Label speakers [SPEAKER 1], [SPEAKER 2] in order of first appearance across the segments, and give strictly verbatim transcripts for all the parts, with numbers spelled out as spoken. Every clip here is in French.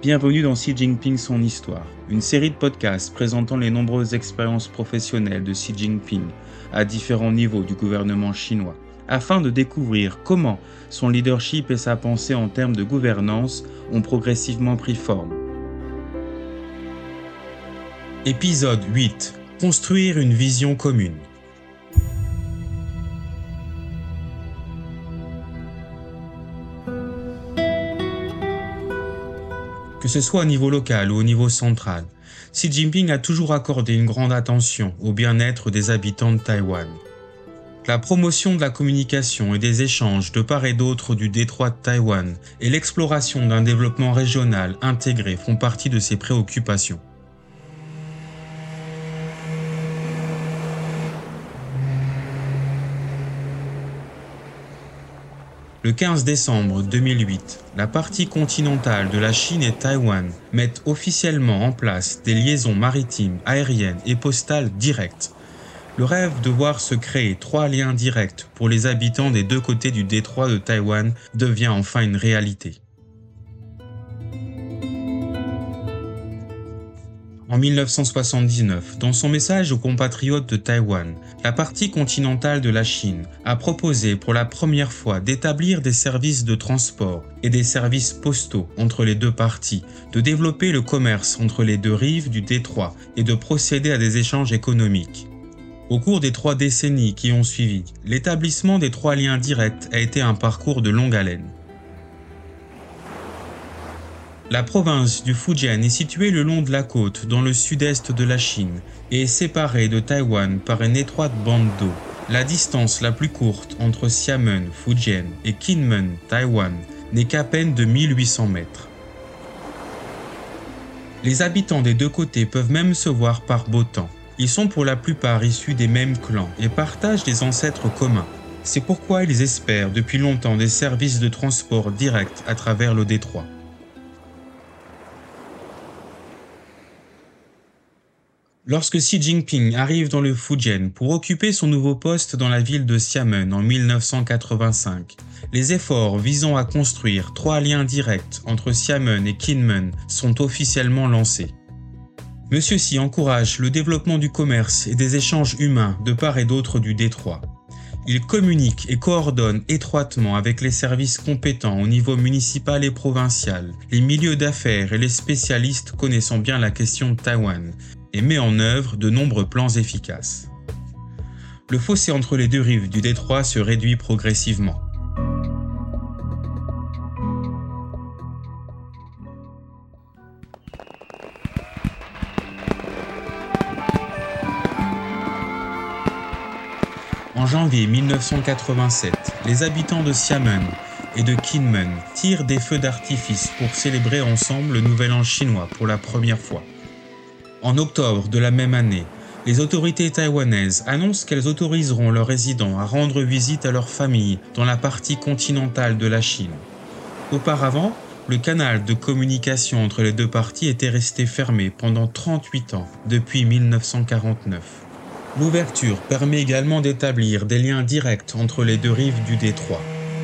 [SPEAKER 1] Bienvenue dans Xi Jinping son histoire, une série de podcasts présentant les nombreuses expériences professionnelles de Xi Jinping à différents niveaux du gouvernement chinois, afin de découvrir comment son leadership et sa pensée en termes de gouvernance ont progressivement pris forme. Épisode huit. Construire une vision commune. Que ce soit au niveau local ou au niveau central, Xi Jinping a toujours accordé une grande attention au bien-être des habitants de Taïwan. La promotion de la communication et des échanges de part et d'autre du détroit de Taïwan et l'exploration d'un développement régional intégré font partie de ses préoccupations. Le quinze décembre deux mille huit, la partie continentale de la Chine et Taïwan mettent officiellement en place des liaisons maritimes, aériennes et postales directes. Le rêve de voir se créer trois liens directs pour les habitants des deux côtés du détroit de Taïwan devient enfin une réalité. En mille neuf cent soixante-dix-neuf, dans son message aux compatriotes de Taïwan, la partie continentale de la Chine a proposé pour la première fois d'établir des services de transport et des services postaux entre les deux parties, de développer le commerce entre les deux rives du détroit et de procéder à des échanges économiques. Au cours des trois décennies qui ont suivi, l'établissement des trois liens directs a été un parcours de longue haleine. La province du Fujian est située le long de la côte dans le sud-est de la Chine et est séparée de Taïwan par une étroite bande d'eau. La distance la plus courte entre Xiamen, Fujian et Kinmen, Taïwan, n'est qu'à peine de mille huit cents mètres. Les habitants des deux côtés peuvent même se voir par beau temps. Ils sont pour la plupart issus des mêmes clans et partagent des ancêtres communs. C'est pourquoi ils espèrent depuis longtemps des services de transport directs à travers le détroit. Lorsque Xi Jinping arrive dans le Fujian pour occuper son nouveau poste dans la ville de Xiamen en mille neuf cent quatre-vingt-cinq, les efforts visant à construire trois liens directs entre Xiamen et Kinmen sont officiellement lancés. Monsieur Xi encourage le développement du commerce et des échanges humains de part et d'autre du détroit. Il communique et coordonne étroitement avec les services compétents au niveau municipal et provincial, les milieux d'affaires et les spécialistes connaissant bien la question de Taïwan, et met en œuvre de nombreux plans efficaces. Le fossé entre les deux rives du détroit se réduit progressivement. En janvier mille neuf cent quatre-vingt-sept, les habitants de Xiamen et de Kinmen tirent des feux d'artifice pour célébrer ensemble le Nouvel An chinois pour la première fois. En octobre de la même année, les autorités taïwanaises annoncent qu'elles autoriseront leurs résidents à rendre visite à leurs familles dans la partie continentale de la Chine. Auparavant, le canal de communication entre les deux parties était resté fermé pendant trente-huit ans, depuis mille neuf cent quarante-neuf. L'ouverture permet également d'établir des liens directs entre les deux rives du détroit.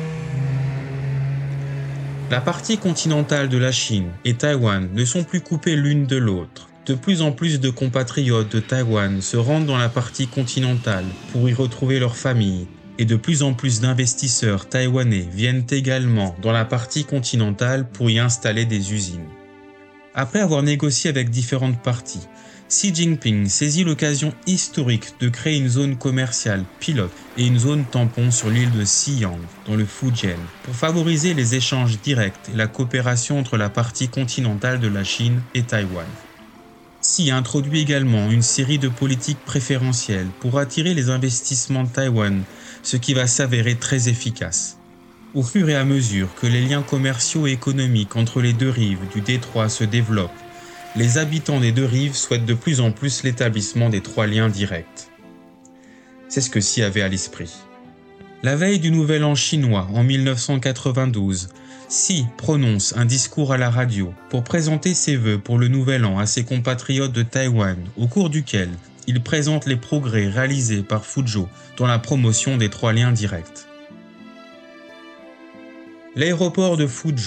[SPEAKER 1] La partie continentale de la Chine et Taïwan ne sont plus coupées l'une de l'autre. De plus en plus de compatriotes de Taïwan se rendent dans la partie continentale pour y retrouver leurs familles et de plus en plus d'investisseurs taïwanais viennent également dans la partie continentale pour y installer des usines. Après avoir négocié avec différentes parties, Xi Jinping saisit l'occasion historique de créer une zone commerciale pilote et une zone tampon sur l'île de Xiyang, dans le Fujian, pour favoriser les échanges directs et la coopération entre la partie continentale de la Chine et Taïwan. Xi introduit également une série de politiques préférentielles pour attirer les investissements de Taïwan, ce qui va s'avérer très efficace. Au fur et à mesure que les liens commerciaux et économiques entre les deux rives du détroit se développent, les habitants des deux rives souhaitent de plus en plus l'établissement des trois liens directs. C'est ce que Xi avait à l'esprit. La veille du Nouvel An chinois en mille neuf cent quatre-vingt-douze, Xi prononce un discours à la radio pour présenter ses vœux pour le Nouvel An à ses compatriotes de Taïwan, au cours duquel il présente les progrès réalisés par Fuzhou dans la promotion des trois liens directs. L'aéroport de Fuzhou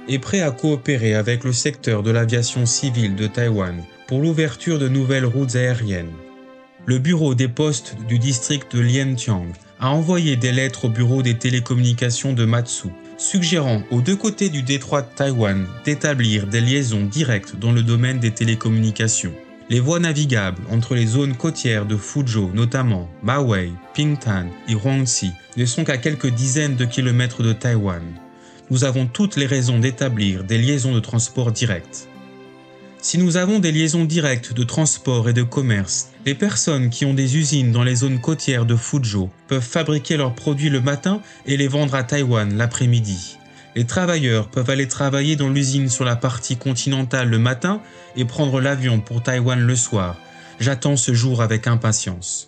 [SPEAKER 1] est prêt à coopérer avec le secteur de l'aviation civile de Taïwan pour l'ouverture de nouvelles routes aériennes. Le bureau des postes du district de Liantiang a envoyé des lettres au bureau des télécommunications de Matsu, suggérant aux deux côtés du détroit de Taïwan d'établir des liaisons directes dans le domaine des télécommunications. Les voies navigables entre les zones côtières de Fuzhou, notamment Mawei, Pingtan et Huangxi, ne sont qu'à quelques dizaines de kilomètres de Taïwan. Nous avons toutes les raisons d'établir des liaisons de transport directes. Si nous avons des liaisons directes de transport et de commerce, les personnes qui ont des usines dans les zones côtières de Fuzhou peuvent fabriquer leurs produits le matin et les vendre à Taïwan l'après-midi. Les travailleurs peuvent aller travailler dans l'usine sur la partie continentale le matin et prendre l'avion pour Taïwan le soir. J'attends ce jour avec impatience.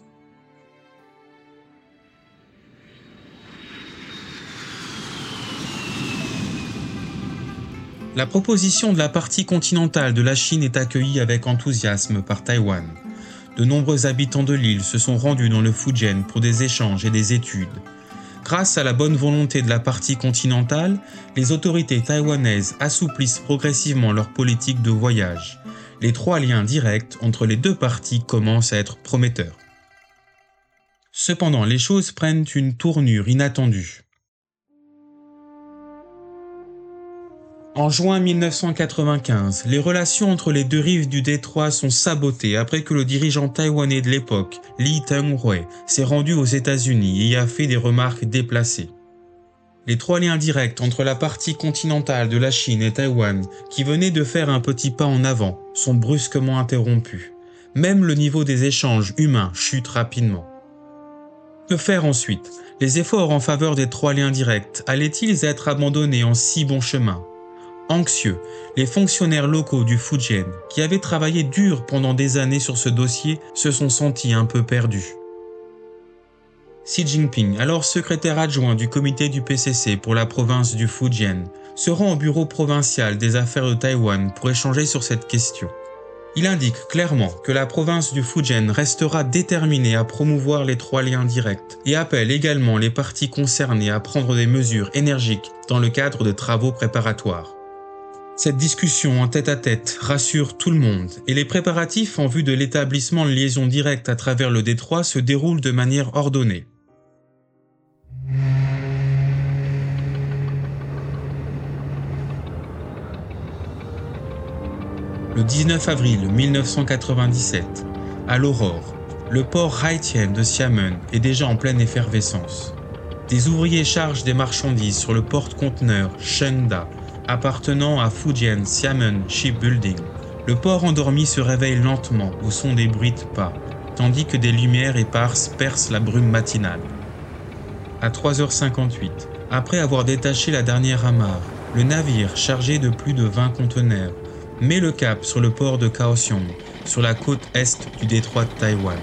[SPEAKER 1] La proposition de la partie continentale de la Chine est accueillie avec enthousiasme par Taïwan. De nombreux habitants de l'île se sont rendus dans le Fujian pour des échanges et des études. Grâce à la bonne volonté de la partie continentale, les autorités taïwanaises assouplissent progressivement leur politique de voyage. Les trois liens directs entre les deux parties commencent à être prometteurs. Cependant, les choses prennent une tournure inattendue. En juin mille neuf cent quatre-vingt-quinze, les relations entre les deux rives du détroit sont sabotées après que le dirigeant taïwanais de l'époque, Lee Teng-hui, s'est rendu aux États-Unis et y a fait des remarques déplacées. Les trois liens directs entre la partie continentale de la Chine et Taïwan, qui venaient de faire un petit pas en avant, sont brusquement interrompus. Même le niveau des échanges humains chute rapidement. Que faire ensuite? Les efforts en faveur des trois liens directs allaient-ils être abandonnés en si bon chemin? Anxieux, les fonctionnaires locaux du Fujian, qui avaient travaillé dur pendant des années sur ce dossier, se sont sentis un peu perdus. Xi Jinping, alors secrétaire adjoint du comité du P C C pour la province du Fujian, se rend au bureau provincial des affaires de Taïwan pour échanger sur cette question. Il indique clairement que la province du Fujian restera déterminée à promouvoir les trois liens directs et appelle également les parties concernées à prendre des mesures énergiques dans le cadre de travaux préparatoires. Cette discussion en tête-à-tête rassure tout le monde et les préparatifs en vue de l'établissement de liaisons directes à travers le détroit se déroulent de manière ordonnée. Le dix-neuf avril mille neuf cent quatre-vingt-dix-sept, à l'aurore, le port Haitien de Xiamen est déjà en pleine effervescence. Des ouvriers chargent des marchandises sur le porte-conteneurs Shengda, appartenant à Fujian Xiamen Shipbuilding. Le port endormi se réveille lentement au son des bruits de pas, tandis que des lumières éparses percent la brume matinale. À trois heures cinquante-huit, après avoir détaché la dernière amarre, le navire chargé de plus de vingt conteneurs met le cap sur le port de Kaohsiung, sur la côte est du détroit de Taïwan.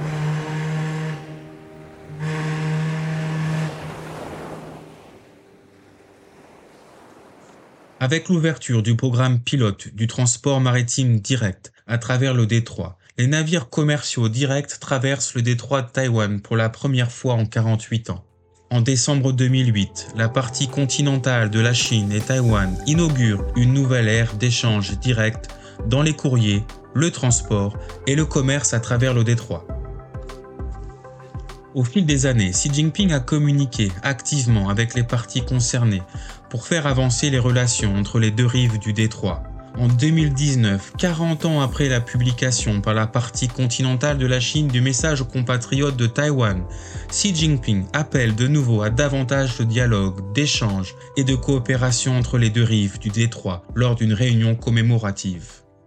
[SPEAKER 1] Avec l'ouverture du programme pilote du transport maritime direct à travers le détroit, les navires commerciaux directs traversent le détroit de Taïwan pour la première fois en quarante-huit ans. En décembre deux mille huit, la partie continentale de la Chine et Taïwan inaugure une nouvelle ère d'échanges directs dans les courriers, le transport et le commerce à travers le détroit. Au fil des années, Xi Jinping a communiqué activement avec les parties concernées pour faire avancer les relations entre les deux rives du détroit. En deux mille dix-neuf, quarante ans après la publication par la partie continentale de la Chine du message aux compatriotes de Taïwan, Xi Jinping appelle de nouveau à davantage de dialogue, d'échange et de coopération entre les deux rives du détroit lors d'une réunion commémorative.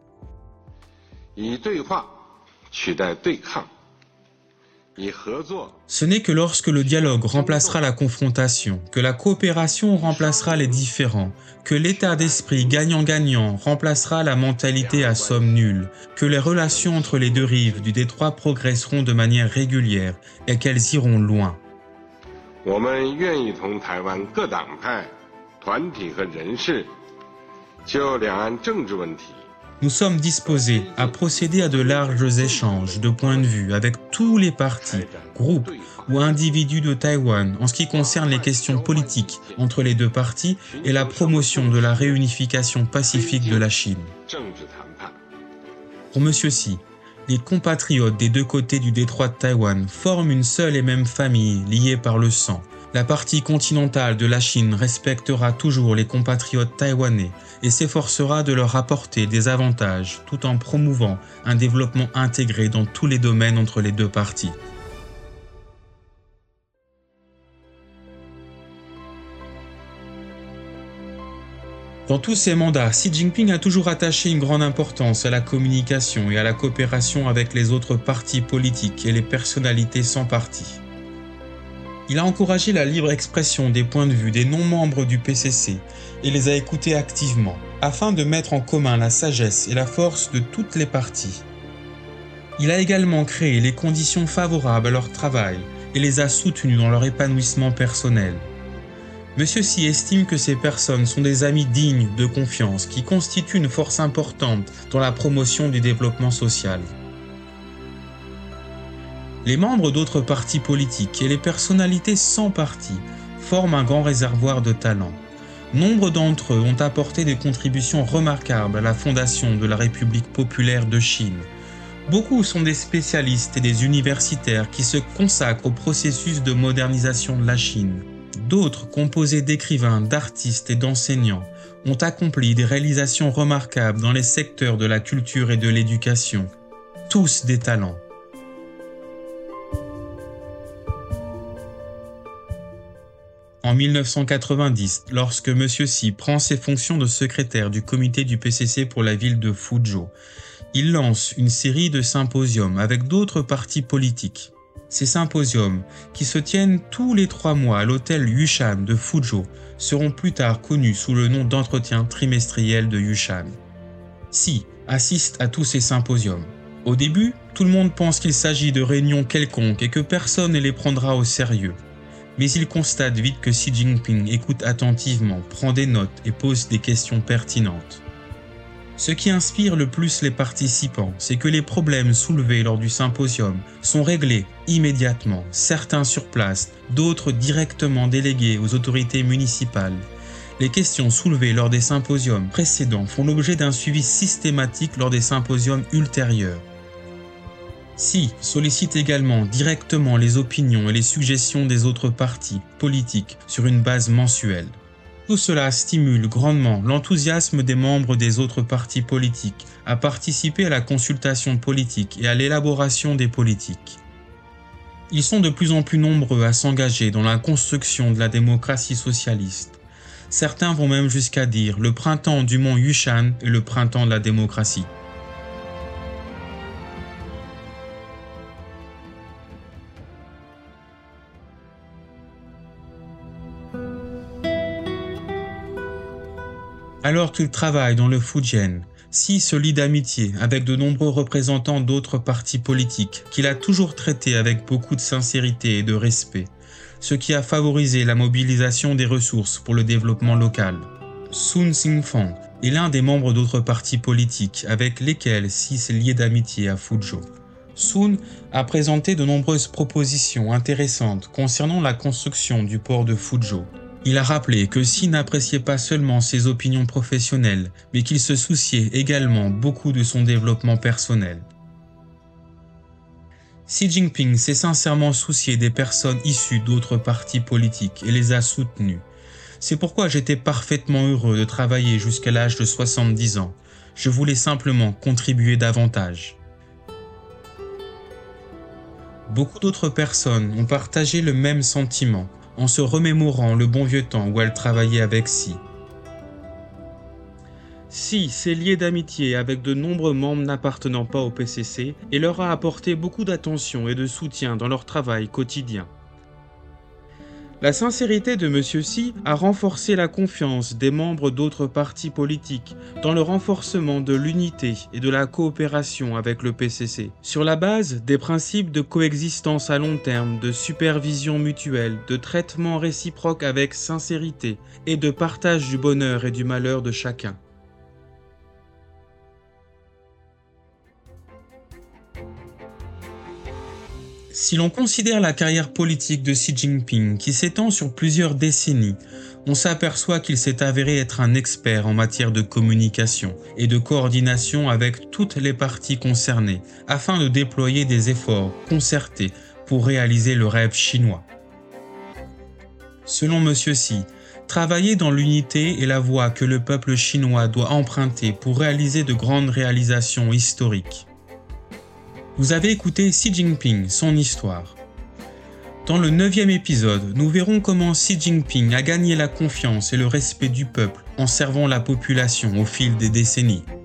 [SPEAKER 1] Ce n'est que lorsque le dialogue remplacera la confrontation, que la coopération remplacera les différends, que l'état d'esprit gagnant-gagnant remplacera la mentalité à somme nulle, que les relations entre les deux rives du détroit progresseront de manière régulière et qu'elles iront loin. Nous sommes disposés à procéder à de larges échanges de points de vue avec tous les partis, groupes ou individus de Taïwan en ce qui concerne les questions politiques entre les deux parties et la promotion de la réunification pacifique de la Chine. Pour M. Xi, les compatriotes des deux côtés du détroit de Taïwan forment une seule et même famille liée par le sang. La partie continentale de la Chine respectera toujours les compatriotes taïwanais et s'efforcera de leur apporter des avantages tout en promouvant un développement intégré dans tous les domaines entre les deux parties. Dans tous ses mandats, Xi Jinping a toujours attaché une grande importance à la communication et à la coopération avec les autres partis politiques et les personnalités sans parti. Il a encouragé la libre expression des points de vue des non-membres du P C C et les a écoutés activement, afin de mettre en commun la sagesse et la force de toutes les parties. Il a également créé les conditions favorables à leur travail et les a soutenus dans leur épanouissement personnel. M. Xi estime que ces personnes sont des amis dignes de confiance qui constituent une force importante dans la promotion du développement social. Les membres d'autres partis politiques et les personnalités sans parti forment un grand réservoir de talents. Nombre d'entre eux ont apporté des contributions remarquables à la fondation de la République populaire de Chine. Beaucoup sont des spécialistes et des universitaires qui se consacrent au processus de modernisation de la Chine. D'autres, composés d'écrivains, d'artistes et d'enseignants, ont accompli des réalisations remarquables dans les secteurs de la culture et de l'éducation. Tous des talents. En mille neuf cent quatre-vingt-dix, lorsque M. Xi prend ses fonctions de secrétaire du comité du P C C pour la ville de Fuzhou, il lance une série de symposiums avec d'autres partis politiques. Ces symposiums, qui se tiennent tous les trois mois à l'hôtel Yushan de Fuzhou, seront plus tard connus sous le nom d'entretien trimestriel de Yushan. Xi assiste à tous ces symposiums. Au début, tout le monde pense qu'il s'agit de réunions quelconques et que personne ne les prendra au sérieux. Mais il constate vite que Xi Jinping écoute attentivement, prend des notes et pose des questions pertinentes. Ce qui inspire le plus les participants, c'est que les problèmes soulevés lors du symposium sont réglés immédiatement, certains sur place, d'autres directement délégués aux autorités municipales. Les questions soulevées lors des symposiums précédents font l'objet d'un suivi systématique lors des symposiums ultérieurs. Xi sollicite également directement les opinions et les suggestions des autres partis politiques sur une base mensuelle. Tout cela stimule grandement l'enthousiasme des membres des autres partis politiques à participer à la consultation politique et à l'élaboration des politiques. Ils sont de plus en plus nombreux à s'engager dans la construction de la démocratie socialiste. Certains vont même jusqu'à dire le printemps du mont Yushan est le printemps de la démocratie. Alors qu'il travaille dans le Fujian, Xi se lie d'amitié avec de nombreux représentants d'autres partis politiques qu'il a toujours traités avec beaucoup de sincérité et de respect, ce qui a favorisé la mobilisation des ressources pour le développement local. Sun Xingfang est l'un des membres d'autres partis politiques avec lesquels Xi s'est lié d'amitié à Fuzhou. Sun a présenté de nombreuses propositions intéressantes concernant la construction du port de Fuzhou. Il a rappelé que Xi n'appréciait pas seulement ses opinions professionnelles, mais qu'il se souciait également beaucoup de son développement personnel. Xi Jinping s'est sincèrement soucié des personnes issues d'autres partis politiques et les a soutenues. C'est pourquoi j'étais parfaitement heureux de travailler jusqu'à l'âge de soixante-dix ans. Je voulais simplement contribuer davantage. Beaucoup d'autres personnes ont partagé le même sentiment, en se remémorant le bon vieux temps où elle travaillait avec Xi. Xi s'est lié d'amitié avec de nombreux membres n'appartenant pas au P C C et leur a apporté beaucoup d'attention et de soutien dans leur travail quotidien. La sincérité de M. Xi a renforcé la confiance des membres d'autres partis politiques dans le renforcement de l'unité et de la coopération avec le P C C, sur la base des principes de coexistence à long terme, de supervision mutuelle, de traitement réciproque avec sincérité et de partage du bonheur et du malheur de chacun. Si l'on considère la carrière politique de Xi Jinping qui s'étend sur plusieurs décennies, on s'aperçoit qu'il s'est avéré être un expert en matière de communication et de coordination avec toutes les parties concernées afin de déployer des efforts concertés pour réaliser le rêve chinois. Selon M. Xi, travailler dans l'unité est la voie que le peuple chinois doit emprunter pour réaliser de grandes réalisations historiques. Vous avez écouté Xi Jinping, son histoire. Dans le neuvième épisode, nous verrons comment Xi Jinping a gagné la confiance et le respect du peuple en servant la population au fil des décennies.